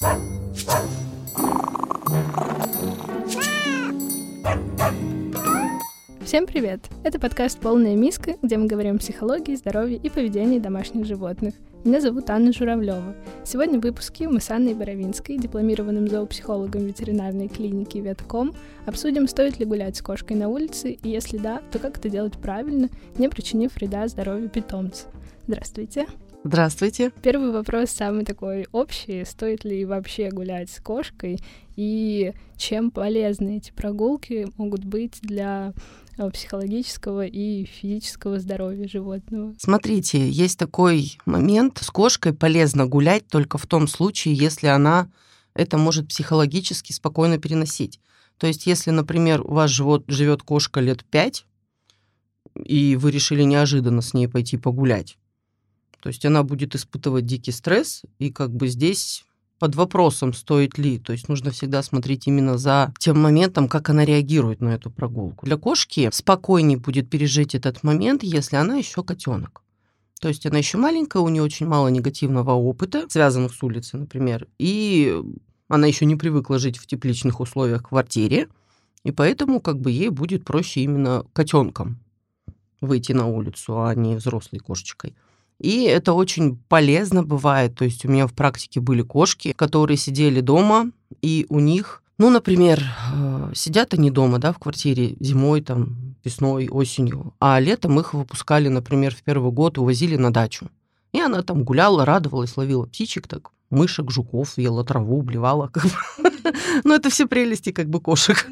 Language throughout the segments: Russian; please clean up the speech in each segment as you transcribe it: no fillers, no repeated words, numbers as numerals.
Всем привет! Это подкаст «Полная миска», где мы говорим о психологии, здоровье и поведении домашних животных. Меня зовут Анна Журавлева. Сегодня в выпуске мы с Анной Боровинской, дипломированным зоопсихологом ветеринарной клиники Ветком, обсудим, стоит ли гулять с кошкой на улице, и если да, то как это делать правильно, не причинив вреда здоровью питомца. Здравствуйте! Здравствуйте. Первый вопрос самый такой общий. Стоит ли вообще гулять с кошкой? И чем полезны эти прогулки могут быть для психологического и физического здоровья животного? Смотрите, есть такой момент. С кошкой полезно гулять только в том случае, если она это может психологически спокойно переносить. То есть, если, например, у вас живет кошка лет 5, и вы решили неожиданно с ней пойти погулять, то есть она будет испытывать дикий стресс, и как бы здесь под вопросом, стоит ли. То есть нужно всегда смотреть именно за тем моментом, как она реагирует на эту прогулку. Для кошки спокойнее будет пережить этот момент, если она еще котенок. То есть она еще маленькая, у нее очень мало негативного опыта, связанных с улицей, например, и она еще не привыкла жить в тепличных условиях в квартире, и поэтому как бы ей будет проще именно котенком выйти на улицу, а не взрослой кошечкой. И это очень полезно бывает. То есть у меня в практике были кошки, которые сидели дома, и у них, например, сидят они дома, в квартире зимой, весной, осенью, а летом их выпускали, например, в первый год, увозили на дачу. И она там гуляла, радовалась, ловила птичек, мышек, жуков, ела траву, блевала. Это все прелести кошек.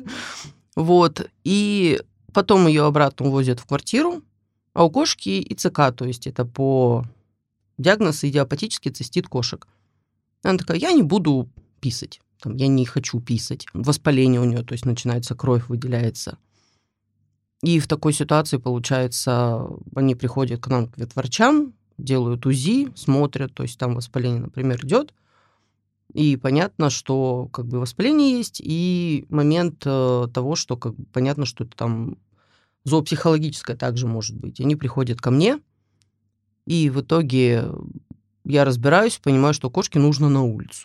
И потом ее обратно увозят в квартиру. А у кошки ИЦК, то есть это по диагнозу идиопатический цистит кошек. Она такая, я не буду писать, я не хочу писать. Воспаление у нее, то есть начинается кровь, выделяется. И в такой ситуации, получается, они приходят к нам, к ветврачам, делают УЗИ, смотрят, то есть там воспаление, например, идет. И понятно, что воспаление есть, и момент того, что понятно, что это там зоопсихологическое также может быть. Они приходят ко мне, и в итоге я разбираюсь, понимаю, что кошке нужно на улицу.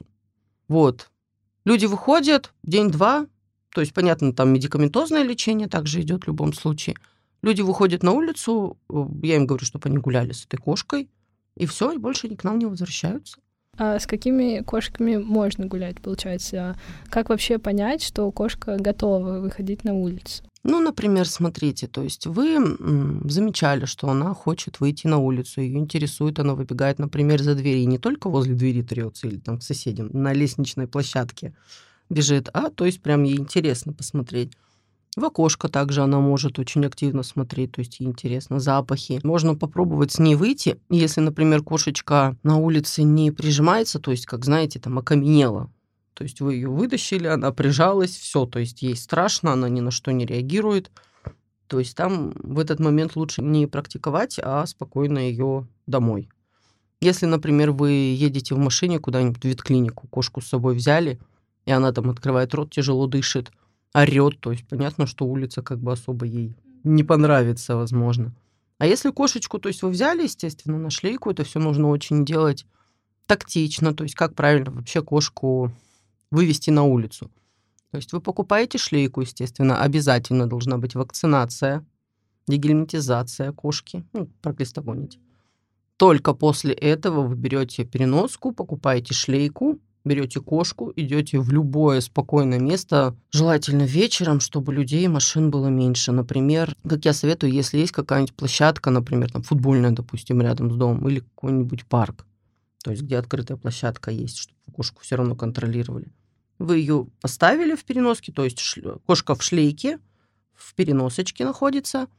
Люди выходят день-два, то есть, понятно, там медикаментозное лечение также идет в любом случае. Люди выходят на улицу, я им говорю, чтобы они гуляли с этой кошкой, и все, и больше они к нам не возвращаются. А с какими кошками можно гулять, получается? Как вообще понять, что кошка готова выходить на улицу? Например, смотрите, то есть вы замечали, что она хочет выйти на улицу, ее интересует, она выбегает, например, за дверь, и не только возле двери трется или к соседям, на лестничной площадке бежит, то есть прям ей интересно посмотреть. В окошко также она может очень активно смотреть, то есть ей интересно, запахи. Можно попробовать с ней выйти, если, например, кошечка на улице не прижимается, то есть, окаменела. То есть вы ее вытащили, она прижалась, все, то есть ей страшно, она ни на что не реагирует. То есть там в этот момент лучше не практиковать, а спокойно ее домой. Если, например, вы едете в машине куда-нибудь в ветклинику, кошку с собой взяли, и она там открывает рот, тяжело дышит, орёт, то есть понятно, что улица особо ей не понравится, возможно. А если кошечку, то есть вы взяли, естественно, на шлейку, это все нужно очень делать тактично, то есть как правильно вообще кошку вывести на улицу. То есть вы покупаете шлейку, естественно, обязательно должна быть вакцинация, дегельминтизация кошки, проклистогонить. Только после этого вы берете переноску, покупаете шлейку, берете кошку, идете в любое спокойное место, желательно вечером, чтобы людей и машин было меньше. Например, как я советую, если есть какая-нибудь площадка, например, футбольная, допустим, рядом с домом, или какой-нибудь парк, то есть где открытая площадка есть, чтобы кошку все равно контролировали. Вы ее поставили в переноске, то есть кошка в шлейке, в переносочке находится.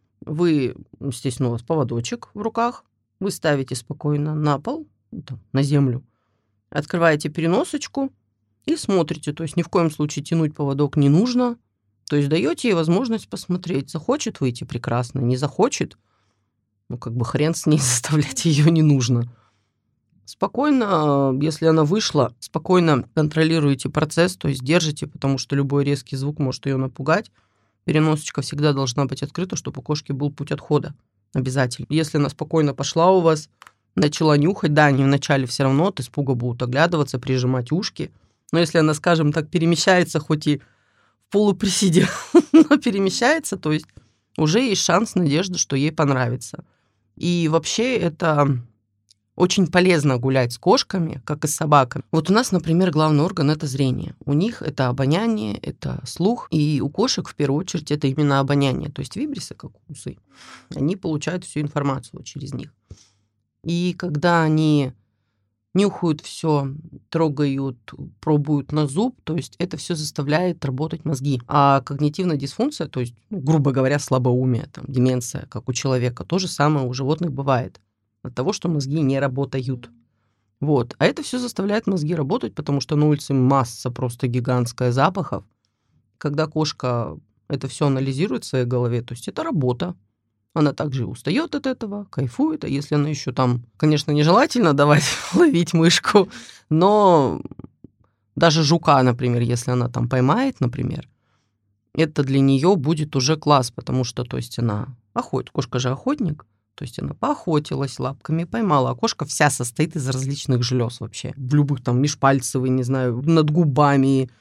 Вы, естественно, у вас поводочек в руках, вы ставите спокойно на пол, на землю, открываете переносочку и смотрите. То есть ни в коем случае тянуть поводок не нужно. То есть даете ей возможность посмотреть. Захочет выйти — прекрасно, не захочет, хрен с ней, заставлять ее не нужно. Спокойно, если она вышла, спокойно контролируете процесс, то есть держите, потому что любой резкий звук может ее напугать. Переносочка всегда должна быть открыта, чтобы у кошки был путь отхода. Обязательно. Если она спокойно пошла у вас, начала нюхать, да, они вначале все равно от испуга будут оглядываться, прижимать ушки. Но если она, скажем так, перемещается, хоть и в полуприседе, но перемещается, то есть уже есть шанс, надежда, что ей понравится. И вообще это очень полезно гулять с кошками, как и с собаками. Вот у нас, например, главный орган – это зрение. У них это обоняние, это слух. И у кошек, в первую очередь, это именно обоняние. То есть вибрисы, как усы, они получают всю информацию через них. И когда они нюхают все, трогают, пробуют на зуб, то есть это все заставляет работать мозги. А когнитивная дисфункция, то есть, грубо говоря, слабоумие, там, деменция, как у человека, то же самое у животных бывает. От того, что мозги не работают. Вот. А это все заставляет мозги работать, потому что на улице масса просто гигантская запахов. Когда кошка это все анализирует в своей голове, то есть это работа. Она также устает от этого, кайфует. А если она еще там, конечно, нежелательно давать ловить мышку, но даже жука, например, если она там поймает, например, это для нее будет уже класс, потому что, то есть она охотит, кошка же охотник, то есть она поохотилась, лапками поймала, а кошка вся состоит из различных желез вообще. В любых там межпальцевые, не знаю, над губами,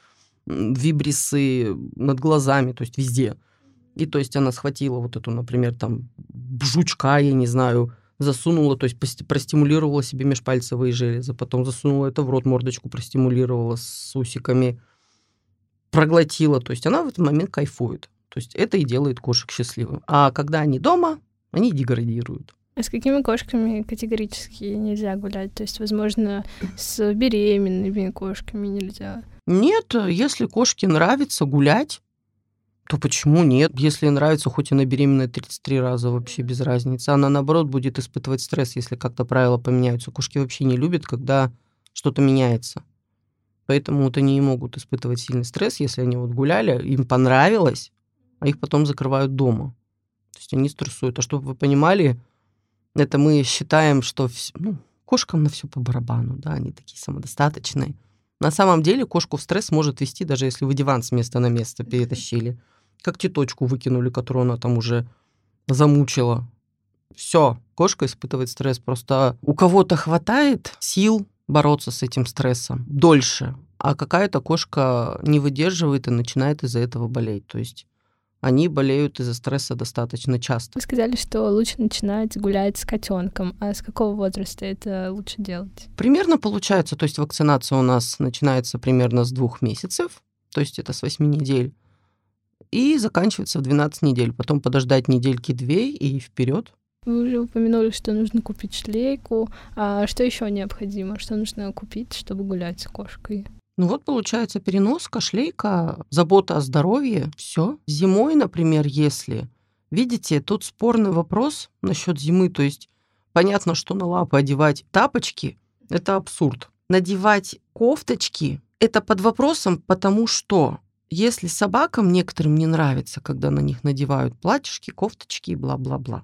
вибрисы, над глазами, то есть везде. И то есть она схватила вот эту, например, там жучка, я не знаю, засунула, то есть простимулировала себе межпальцевые железы, потом засунула это в рот, мордочку простимулировала с усиками, проглотила. То есть она в этот момент кайфует. То есть это и делает кошек счастливым. А когда они дома, они деградируют. А с какими кошками категорически нельзя гулять? То есть, возможно, с беременными кошками нельзя? Нет, если кошке нравится гулять, то почему нет? Если ей нравится, хоть она беременная 33 раза, вообще без разницы. Она, наоборот, будет испытывать стресс, если как-то правила поменяются. Кошки вообще не любят, когда что-то меняется. Поэтому вот они и могут испытывать сильный стресс, если они вот гуляли, им понравилось, а их потом закрывают дома. То есть они стрессуют. А чтобы вы понимали, это мы считаем, что кошкам на все по барабану, да, они такие самодостаточные. На самом деле кошку в стресс может вести, даже если вы диван с места на место перетащили. Как теточку выкинули, которую она там уже замучила. Все, кошка испытывает стресс. Просто у кого-то хватает сил бороться с этим стрессом дольше, а какая-то кошка не выдерживает и начинает из-за этого болеть. То есть они болеют из-за стресса достаточно часто. Вы сказали, что лучше начинать гулять с котенком. А с какого возраста это лучше делать? Примерно получается, то есть вакцинация у нас начинается примерно с 2 месяцев, то есть это с 8 недель, и заканчивается в 12 недель. Потом подождать недельки 2 и вперед. Вы уже упомянули, что нужно купить шлейку. А что еще необходимо? Что нужно купить, чтобы гулять с кошкой? Ну вот получается переноска, шлейка, забота о здоровье, все. Зимой, например, если... Видите, тут спорный вопрос насчет зимы. То есть понятно, что на лапы одевать тапочки – это абсурд. Надевать кофточки – это под вопросом, потому что если собакам некоторым не нравится, когда на них надевают платьишки, кофточки и бла-бла-бла,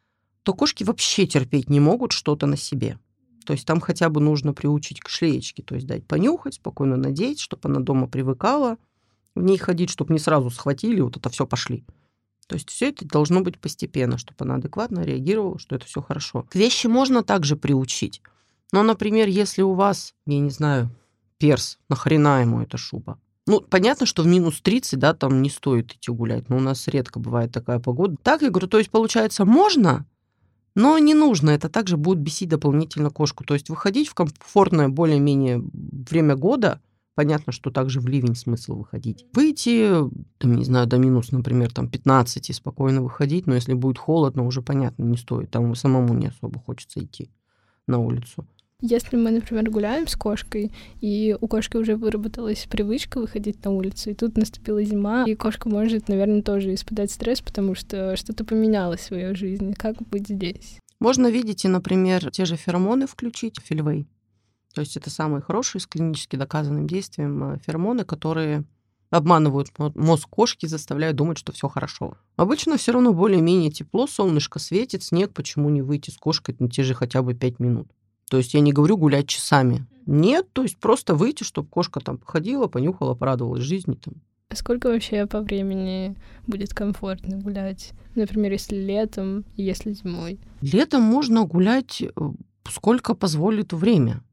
то кошки вообще терпеть не могут что-то на себе. То есть там хотя бы нужно приучить к шлеечке, то есть дать понюхать, спокойно надеть, чтобы она дома привыкала в ней ходить, чтобы не сразу схватили, вот это все пошли. То есть все это должно быть постепенно, чтобы она адекватно реагировала, что это все хорошо. К вещи можно также приучить. Но, например, если у вас, я не знаю, перс, нахрена ему эта шуба? Понятно, что в минус 30, да, там не стоит идти гулять, но у нас редко бывает такая погода. Так, я говорю, то есть, получается, можно, но не нужно, это также будет бесить дополнительно кошку. То есть выходить в комфортное более-менее время года, понятно, что также в ливень смысл выходить. Выйти, там, не знаю, до минус, например, там 15 и спокойно выходить, но если будет холодно, уже понятно, не стоит. Там самому не особо хочется идти на улицу. Если мы, например, гуляем с кошкой, и у кошки уже выработалась привычка выходить на улицу, и тут наступила зима, и кошка может, наверное, тоже испытать стресс, потому что что-то поменялось в ее жизни. Как быть здесь? Можно, видите, например, те же феромоны включить, фельвей. То есть это самые хорошие с клинически доказанным действием феромоны, которые обманывают мозг кошки, заставляют думать, что все хорошо. Обычно все равно более-менее тепло, солнышко светит, снег, почему не выйти с кошкой на те же хотя бы 5 минут? То есть я не говорю гулять часами. Нет, то есть просто выйти, чтобы кошка там походила, понюхала, порадовалась жизни. Там. А сколько вообще по времени будет комфортно гулять? Например, если летом и если зимой? Летом можно гулять сколько позволит время.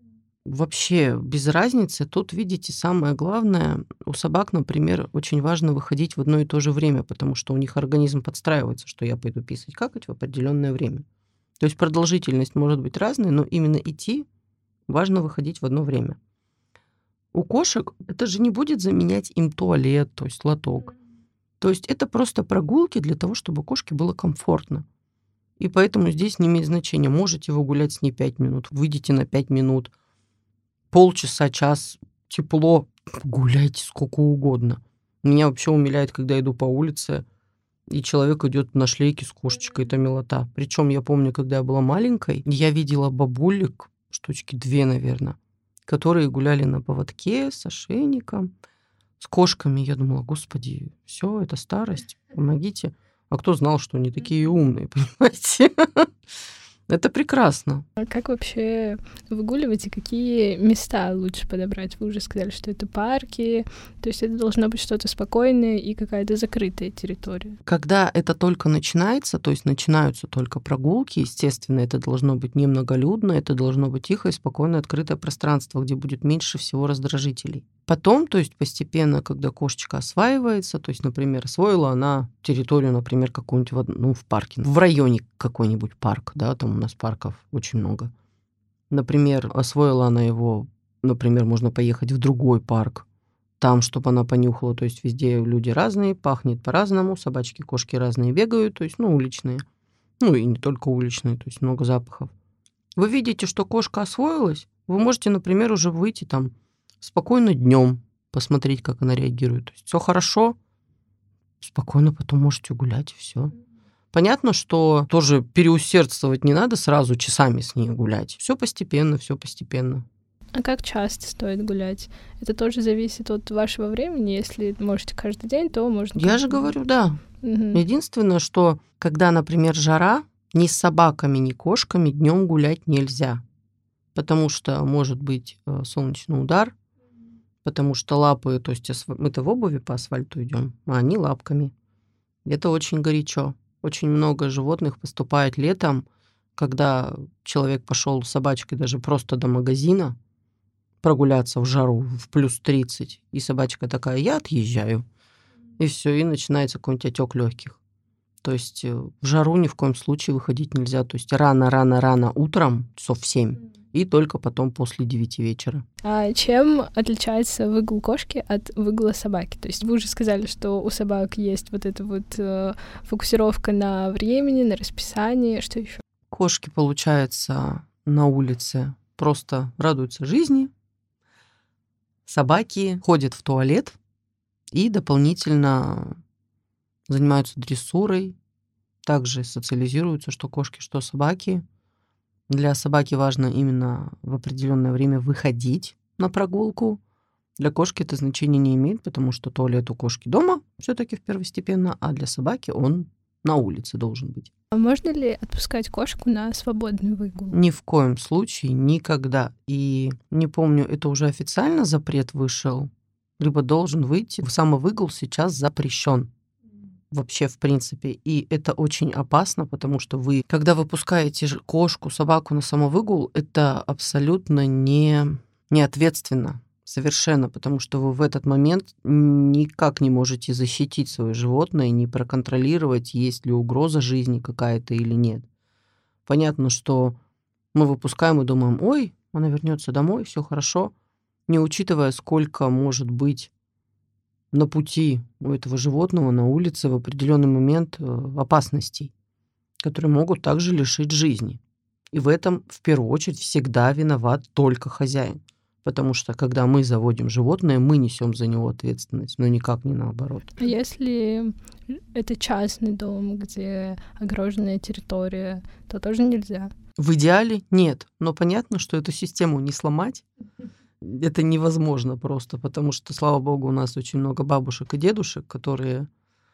Вообще без разницы. Тут, видите, самое главное, у собак, например, очень важно выходить в одно и то же время, потому что у них организм подстраивается, что я пойду писать, какать в определенное время. То есть продолжительность может быть разной, но именно идти важно выходить в одно время. У кошек это же не будет заменять им туалет, то есть лоток. То есть это просто прогулки для того, чтобы кошке было комфортно. И поэтому здесь не имеет значения, можете вы гулять с ней 5 минут, выйдите на 5 минут, полчаса, час, тепло, гуляйте сколько угодно. Меня вообще умиляет, когда иду по улице, и человек идет на шлейке с кошечкой, это милота. Причем я помню, когда я была маленькой, я видела бабулек, штучки 2, наверное, которые гуляли на поводке с ошейником, с кошками. Я думала, господи, все, это старость, помогите. А кто знал, что они такие умные, понимаете? Это прекрасно. А как вообще выгуливать и какие места лучше подобрать? Вы уже сказали, что это парки, то есть это должно быть что-то спокойное и какая-то закрытая территория. Когда это только начинается, то есть начинаются только прогулки, естественно, это должно быть немноголюдно, это должно быть тихое, спокойное, открытое пространство, где будет меньше всего раздражителей. Потом, то есть постепенно, когда кошечка осваивается, то есть, например, освоила она территорию, например, какую-нибудь в парке, в районе какой-нибудь парк, да, там у нас парков очень много. Например, освоила она его, например, можно поехать в другой парк, там, чтобы она понюхала, то есть везде люди разные, пахнет по-разному, собачки, кошки разные бегают, то есть, уличные. И не только уличные, то есть много запахов. Вы видите, что кошка освоилась, вы можете, например, уже выйти там спокойно днем, посмотреть, как она реагирует. То есть все хорошо, спокойно потом можете гулять, и все. Понятно, что тоже переусердствовать не надо сразу часами с ней гулять. Все постепенно, все постепенно. А как часто стоит гулять? Это тоже зависит от вашего времени. Если можете каждый день, то можно... Я же говорю, да. Угу. Единственное, что когда, например, жара, ни с собаками, ни кошками днем гулять нельзя. Потому что может быть солнечный удар, потому что лапы, то есть мы-то в обуви по асфальту идем, а они лапками. Это очень горячо. Очень много животных поступает летом, когда человек пошел с собачкой даже просто до магазина прогуляться в жару, в плюс 30, и собачка такая, я отъезжаю. И все, и начинается какой-нибудь отек легких. То есть в жару ни в коем случае выходить нельзя. То есть рано утром, часов в 7, и только потом после 9 вечера. А чем отличается выгул кошки от выгула собаки? То есть вы уже сказали, что у собак есть вот эта вот фокусировка на времени, на расписании. Что еще? Кошки, получается, на улице просто радуются жизни. Собаки ходят в туалет и дополнительно занимаются дрессурой. Также социализируются, что кошки, что собаки. Для собаки важно именно в определенное время выходить на прогулку. Для кошки это значение не имеет, потому что туалет у кошки дома все-таки первостепенно, а для собаки он на улице должен быть. А можно ли отпускать кошку на свободный выгул? Ни в коем случае, никогда. И не помню, это уже официально запрет вышел, либо должен выйти. Самовыгул сейчас запрещен. Вообще, в принципе. И это очень опасно, потому что вы, когда выпускаете кошку, собаку на самовыгул, это абсолютно не ответственно. Совершенно, потому что вы в этот момент никак не можете защитить свое животное, не проконтролировать, есть ли угроза жизни какая-то или нет. Понятно, что мы выпускаем и думаем, ой, она вернется домой, все хорошо, не учитывая, сколько может быть на пути у этого животного на улице в определенный момент опасностей, которые могут также лишить жизни. И в этом, в первую очередь, всегда виноват только хозяин. Потому что, когда мы заводим животное, мы несем за него ответственность, но никак не наоборот. А если это частный дом, где огороженная территория, то тоже нельзя? В идеале нет. Но понятно, что эту систему не сломать. Это невозможно просто, потому что, слава богу, у нас очень много бабушек и дедушек, которые...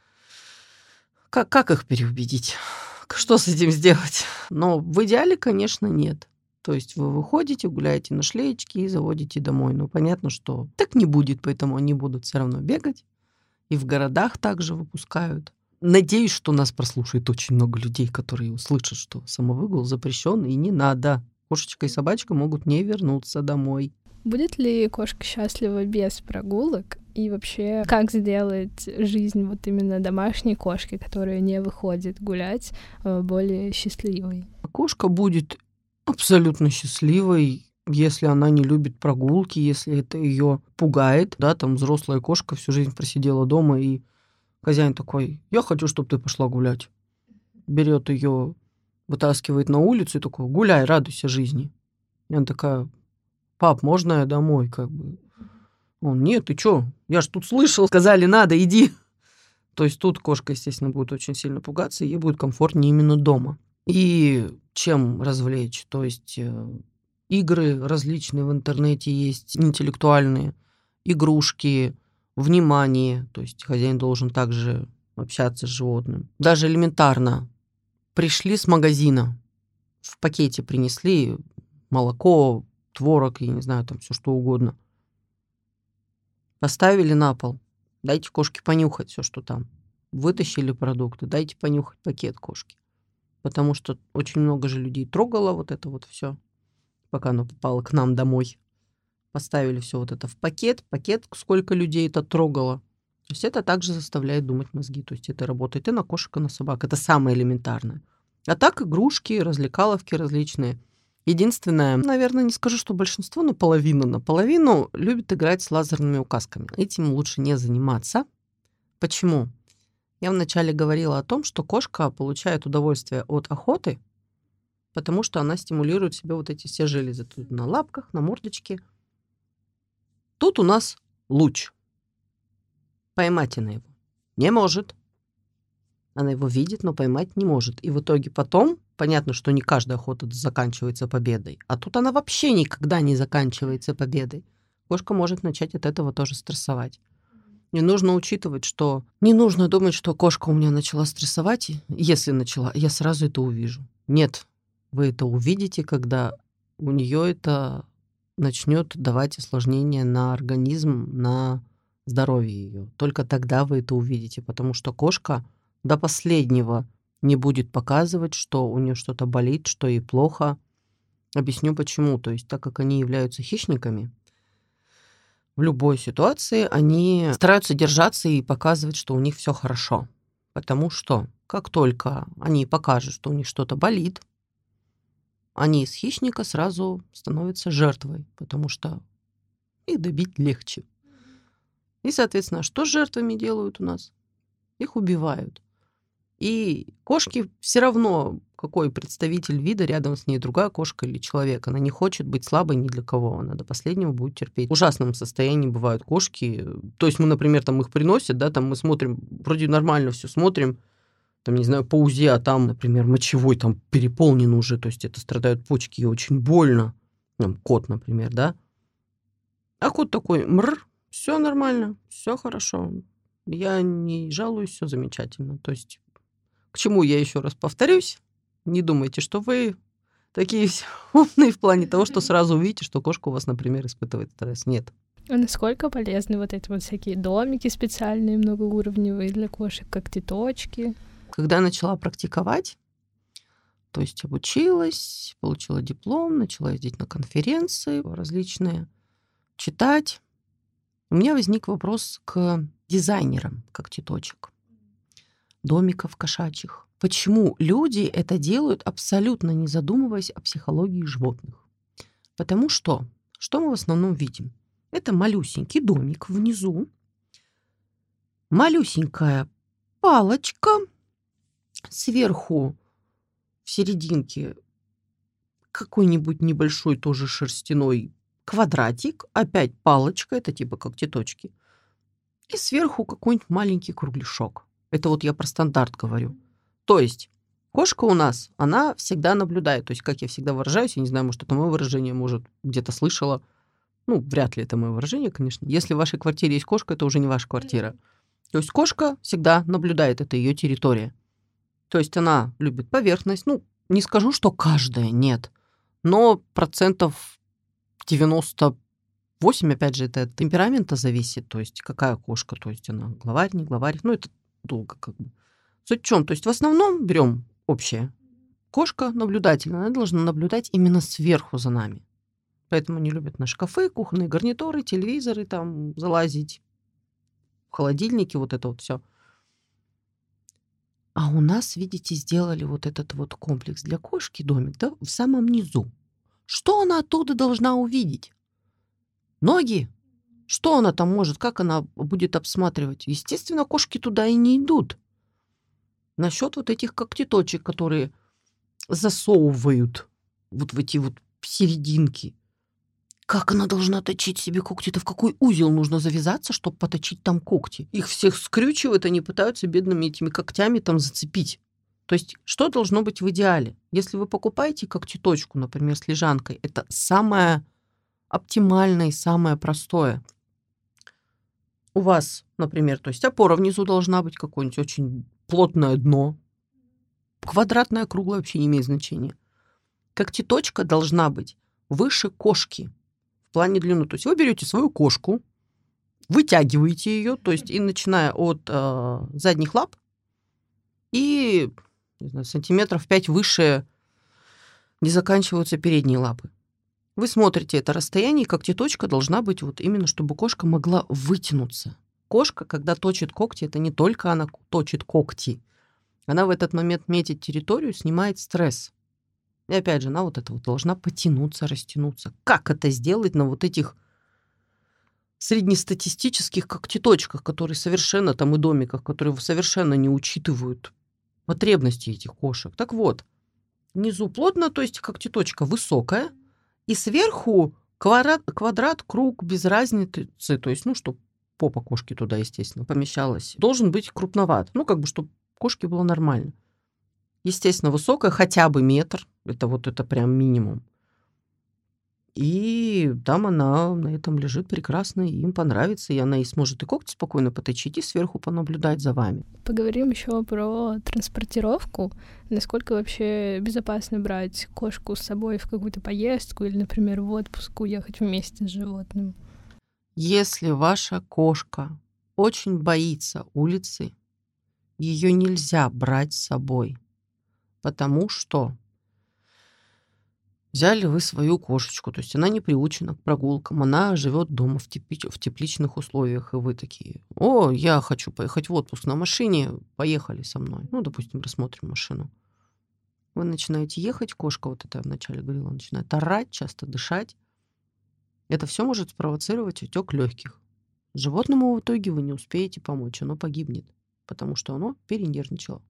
Как их переубедить? Что с этим сделать? Но в идеале, конечно, нет. То есть вы выходите, гуляете на шлеечке и заводите домой. Но понятно, что так не будет, поэтому они будут все равно бегать. И в городах также выпускают. надеюсь, что нас прослушает очень много людей, которые услышат, что самовыгул запрещен и не надо. Кошечка и собачка могут не вернуться домой. Будет ли кошка счастлива без прогулок? И вообще, как сделать жизнь вот именно домашней кошки, которая не выходит гулять, более счастливой? Кошка будет абсолютно счастливой, если она не любит прогулки, если это ее пугает. Да, там взрослая кошка всю жизнь просидела дома, и хозяин такой: я хочу, чтобы ты пошла гулять. Берет ее, вытаскивает на улицу и такой: гуляй, радуйся жизни. И она такая: пап, можно я домой? Как бы. Он: нет, ты чё? Я ж тут слышал, сказали, надо, иди. То есть тут кошка, естественно, будет очень сильно пугаться, и ей будет комфортнее именно дома. И чем развлечь? То есть игры различные в интернете есть, интеллектуальные, игрушки, внимание. То есть хозяин должен также общаться с животным. Даже элементарно. Пришли с магазина, в пакете принесли молоко, творог, я не знаю, там все что угодно. Поставили на пол. Дайте кошке понюхать все, что там. Вытащили продукты, дайте понюхать пакет кошки. Потому что очень много же людей трогало вот это вот все, пока оно попало к нам домой. Поставили все вот это в пакет. Пакет, сколько людей это трогало. То есть это также заставляет думать мозги. То есть это работает и на кошек, и на собак. Это самое элементарное. А так игрушки, развлекаловки различные. Единственное, наверное, не скажу, что большинство, но наполовину любит играть с лазерными указками. Этим лучше не заниматься. Почему? Я вначале говорила о том, что кошка получает удовольствие от охоты, потому что она стимулирует в себе вот эти все железы. Тут на лапках, на мордочке. Тут у нас луч. Поймать она его не может. Она его видит, но поймать не может. И в итоге потом, понятно, что не каждая охота заканчивается победой, а тут она вообще никогда не заканчивается победой. Кошка может начать от этого тоже стрессовать. И нужно учитывать, что не нужно думать, что кошка у меня начала стрессовать. Если начала, я сразу это увижу. Нет, вы это увидите, когда у нее это начнет давать осложнения на организм, на здоровье ее. Только тогда вы это увидите, потому что кошка до последнего не будет показывать, что у нее что-то болит, что ей плохо. Объясню почему. То есть так как они являются хищниками, в любой ситуации они стараются держаться и показывать, что у них все хорошо. Потому что как только они покажут, что у них что-то болит, они из хищника сразу становятся жертвой, потому что их добить легче. И, соответственно, что с жертвами делают у нас? Их убивают. И кошке все равно, какой представитель вида, рядом с ней другая кошка или человек. Она не хочет быть слабой ни для кого. Она до последнего будет терпеть. В ужасном состоянии бывают кошки. То есть мы, например, там их приносят, да, там мы смотрим, вроде нормально все смотрим, там, не знаю, по УЗИ, а там, например, мочевой там переполнен уже, то есть это страдают почки, и очень больно. Там кот, например, да. А кот такой: мр, все нормально, все хорошо. Я не жалуюсь, все замечательно. То есть к чему я еще раз повторюсь, не думайте, что вы такие все умные в плане того, что сразу увидите, что кошка у вас, например, испытывает стресс. Нет. А насколько полезны вот эти вот всякие домики специальные, многоуровневые для кошек, как когтеточки? Когда я начала практиковать, то есть обучилась, получила диплом, начала ездить на конференции различные, читать, у меня возник вопрос к дизайнерам когтеточек, домиков кошачьих. Почему люди это делают, абсолютно не задумываясь о психологии животных? Потому что мы в основном видим? Это малюсенький домик внизу, малюсенькая палочка, сверху в серединке какой-нибудь небольшой тоже шерстяной квадратик, опять палочка, это типа когтеточки, и сверху какой-нибудь маленький кругляшок. Это вот я про стандарт говорю. То есть кошка у нас, она всегда наблюдает. То есть, как я всегда выражаюсь, я не знаю, может, это мое выражение, может, где-то слышала. Ну, вряд ли это мое выражение, конечно. Если в вашей квартире есть кошка, это уже не ваша квартира. То есть кошка всегда наблюдает, это ее территория. То есть она любит поверхность. Ну, не скажу, что каждая, нет. Но 98%, опять же, это от темперамента зависит. То есть какая кошка, то есть она главарь, не главарь. Ну, это долго как бы. Суть в чем? То есть в основном берем общее. Кошка наблюдательная, она должна наблюдать именно сверху за нами. Поэтому они любят на шкафы, кухонные гарнитуры, телевизоры, там залазить, в холодильники, вот это вот все. А у нас, видите, сделали вот этот вот комплекс для кошки, домик, да, в самом низу. Что она оттуда должна увидеть? Ноги? Что она там может? Как она будет обсматривать? Естественно, кошки туда и не идут. Насчет вот этих когтеточек, которые засовывают вот в эти вот серединки. Как она должна точить себе когти-то? В какой узел нужно завязаться, чтобы поточить там когти? Их всех скрючивают, они пытаются бедными этими когтями там зацепить. То есть что должно быть в идеале? Если вы покупаете когтеточку, например, с лежанкой, это самое оптимальное и самое простое. У вас, например, то есть опора внизу должна быть какое-нибудь очень плотное дно. Квадратное, круглое вообще не имеет значения. Когтеточка должна быть выше кошки в плане длины. То есть вы берете свою кошку, вытягиваете ее, то есть и начиная от задних лап и не знаю, сантиметров 5 выше, не заканчиваются передние лапы. Вы смотрите это расстояние, и когтеточка должна быть вот именно, чтобы кошка могла вытянуться. Кошка, когда точит когти, это не только она точит когти. Она в этот момент метит территорию, снимает стресс. И опять же, она вот это вот должна потянуться, растянуться. Как это сделать на вот этих среднестатистических когтеточках, которые совершенно там и домиках, которые совершенно не учитывают потребности этих кошек? Так вот, внизу плотно, то есть когтеточка высокая, и сверху квадрат, круг, без разницы, то есть, чтобы попа кошки туда, естественно, помещалась, должен быть крупноват. Как бы, чтобы кошке было нормально. Естественно, высокая, хотя бы метр, это прям минимум. И там она на этом лежит прекрасно, и им понравится, и она и сможет и когти спокойно поточить, и сверху понаблюдать за вами. Поговорим еще про транспортировку. Насколько вообще безопасно брать кошку с собой в какую-то поездку или, например, в отпуск, уехать вместе с животным? Если ваша кошка очень боится улицы, ее нельзя брать с собой, потому что взяли вы свою кошечку, то есть она не приучена к прогулкам, она живет дома в тепличных условиях, и вы такие: о, я хочу поехать в отпуск на машине, поехали со мной. Допустим, рассмотрим машину. Вы начинаете ехать, кошка, вот это я вначале говорила, начинает орать, часто дышать. Это все может спровоцировать отек легких. Животному в итоге вы не успеете помочь, оно погибнет, потому что оно перенервничало.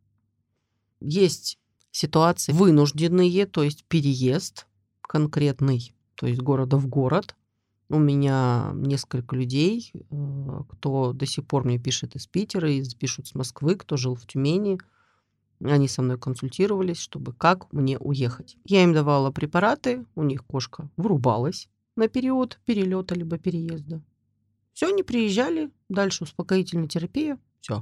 Есть ситуации вынужденные, то есть переезд конкретный, то есть города в город. У меня несколько людей, кто до сих пор мне пишет из Питера, пишут с Москвы, кто жил в Тюмени. Они со мной консультировались, чтобы как мне уехать. Я им давала препараты, у них кошка вырубалась на период перелета либо переезда. Все, они приезжали, дальше успокоительная терапия, все.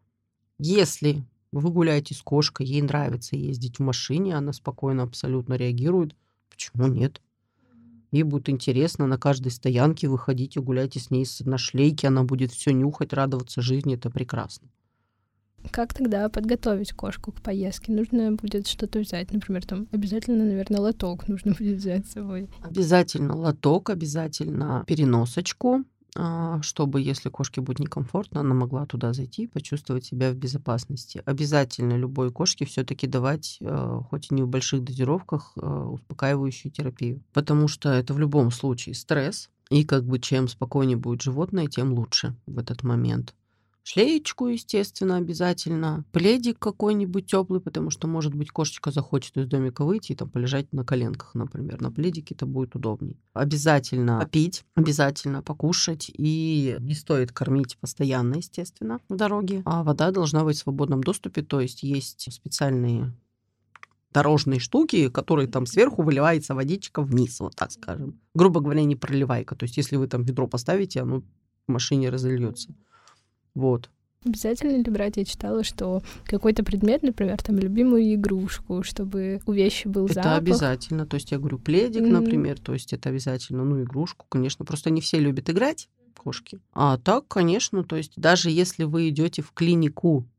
Если вы гуляете с кошкой, ей нравится ездить в машине, она спокойно абсолютно реагирует, почему нет? Ей будет интересно на каждой стоянке выходить и гуляйте с ней на шлейке, она будет все нюхать, радоваться жизни, это прекрасно. Как тогда подготовить кошку к поездке? Нужно будет что-то взять, например, там обязательно, наверное, лоток нужно будет взять с собой. Обязательно лоток, обязательно переносочку, чтобы, если кошке будет некомфортно, она могла туда зайти и почувствовать себя в безопасности. Обязательно любой кошке все-таки давать, хоть и не в больших дозировках, успокаивающую терапию. Потому что это в любом случае стресс. И чем спокойнее будет животное, тем лучше в этот момент. Шлеечку, естественно, обязательно. Пледик какой-нибудь теплый, потому что, может быть, кошечка захочет из домика выйти и там полежать на коленках, например. На пледике это будет удобней. Обязательно попить, обязательно покушать. И не стоит кормить постоянно, естественно, в дороге. А вода должна быть в свободном доступе, то есть специальные дорожные штуки, которые там сверху выливается водичка вниз, вот так скажем. Грубо говоря, не проливайка. То есть если вы там ведро поставите, оно в машине разольется. Вот. Обязательно ли брать? Я читала, что какой-то предмет, например, там любимую игрушку, чтобы у вещи был запах. Это обязательно. То есть я говорю, пледик, например, то есть это обязательно. Игрушку, конечно. Просто не все любят играть, кошки. А так, конечно, то есть даже если вы идете в клинику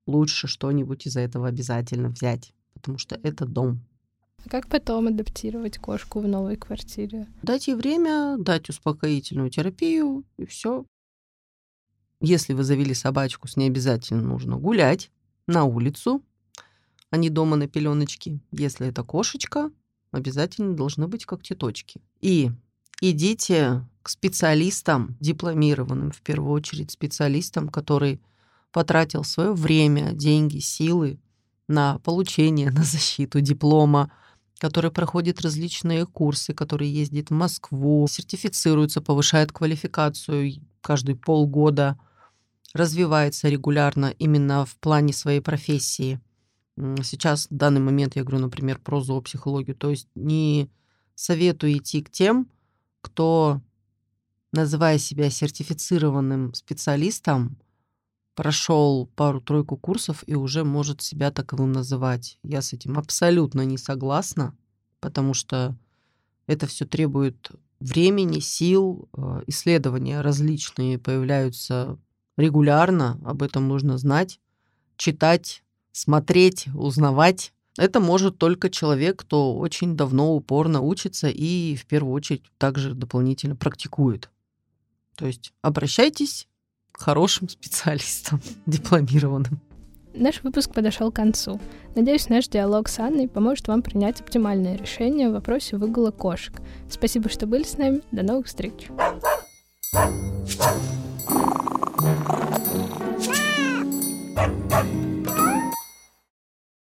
лучше что-нибудь из этого обязательно взять, потому что это дом. А как потом адаптировать кошку в новой квартире? Дать ей время, дать успокоительную терапию, и все. Если вы завели собачку, с ней обязательно нужно гулять на улицу, а не дома на пеленочке. Если это кошечка, обязательно должны быть когтеточки. И идите к специалистам, дипломированным, в первую очередь специалистам, который потратил свое время, деньги, силы на получение, на защиту диплома, который проходит различные курсы, который ездит в Москву, сертифицируется, повышает квалификацию каждые полгода, развивается регулярно именно в плане своей профессии. Сейчас, в данный момент, я говорю, например, про зоопсихологию. То есть не советую идти к тем, кто, называя себя сертифицированным специалистом, прошел пару-тройку курсов и уже может себя таковым называть. Я с этим абсолютно не согласна, потому что это все требует времени, сил, исследования различные появляются регулярно, об этом нужно знать, читать, смотреть, узнавать. Это может только человек, кто очень давно упорно учится и в первую очередь также дополнительно практикует. То есть обращайтесь к хорошим специалистам, дипломированным. Наш выпуск подошел к концу. Надеюсь, наш диалог с Анной поможет вам принять оптимальное решение в вопросе выгула кошек. Спасибо, что были с нами. До новых встреч!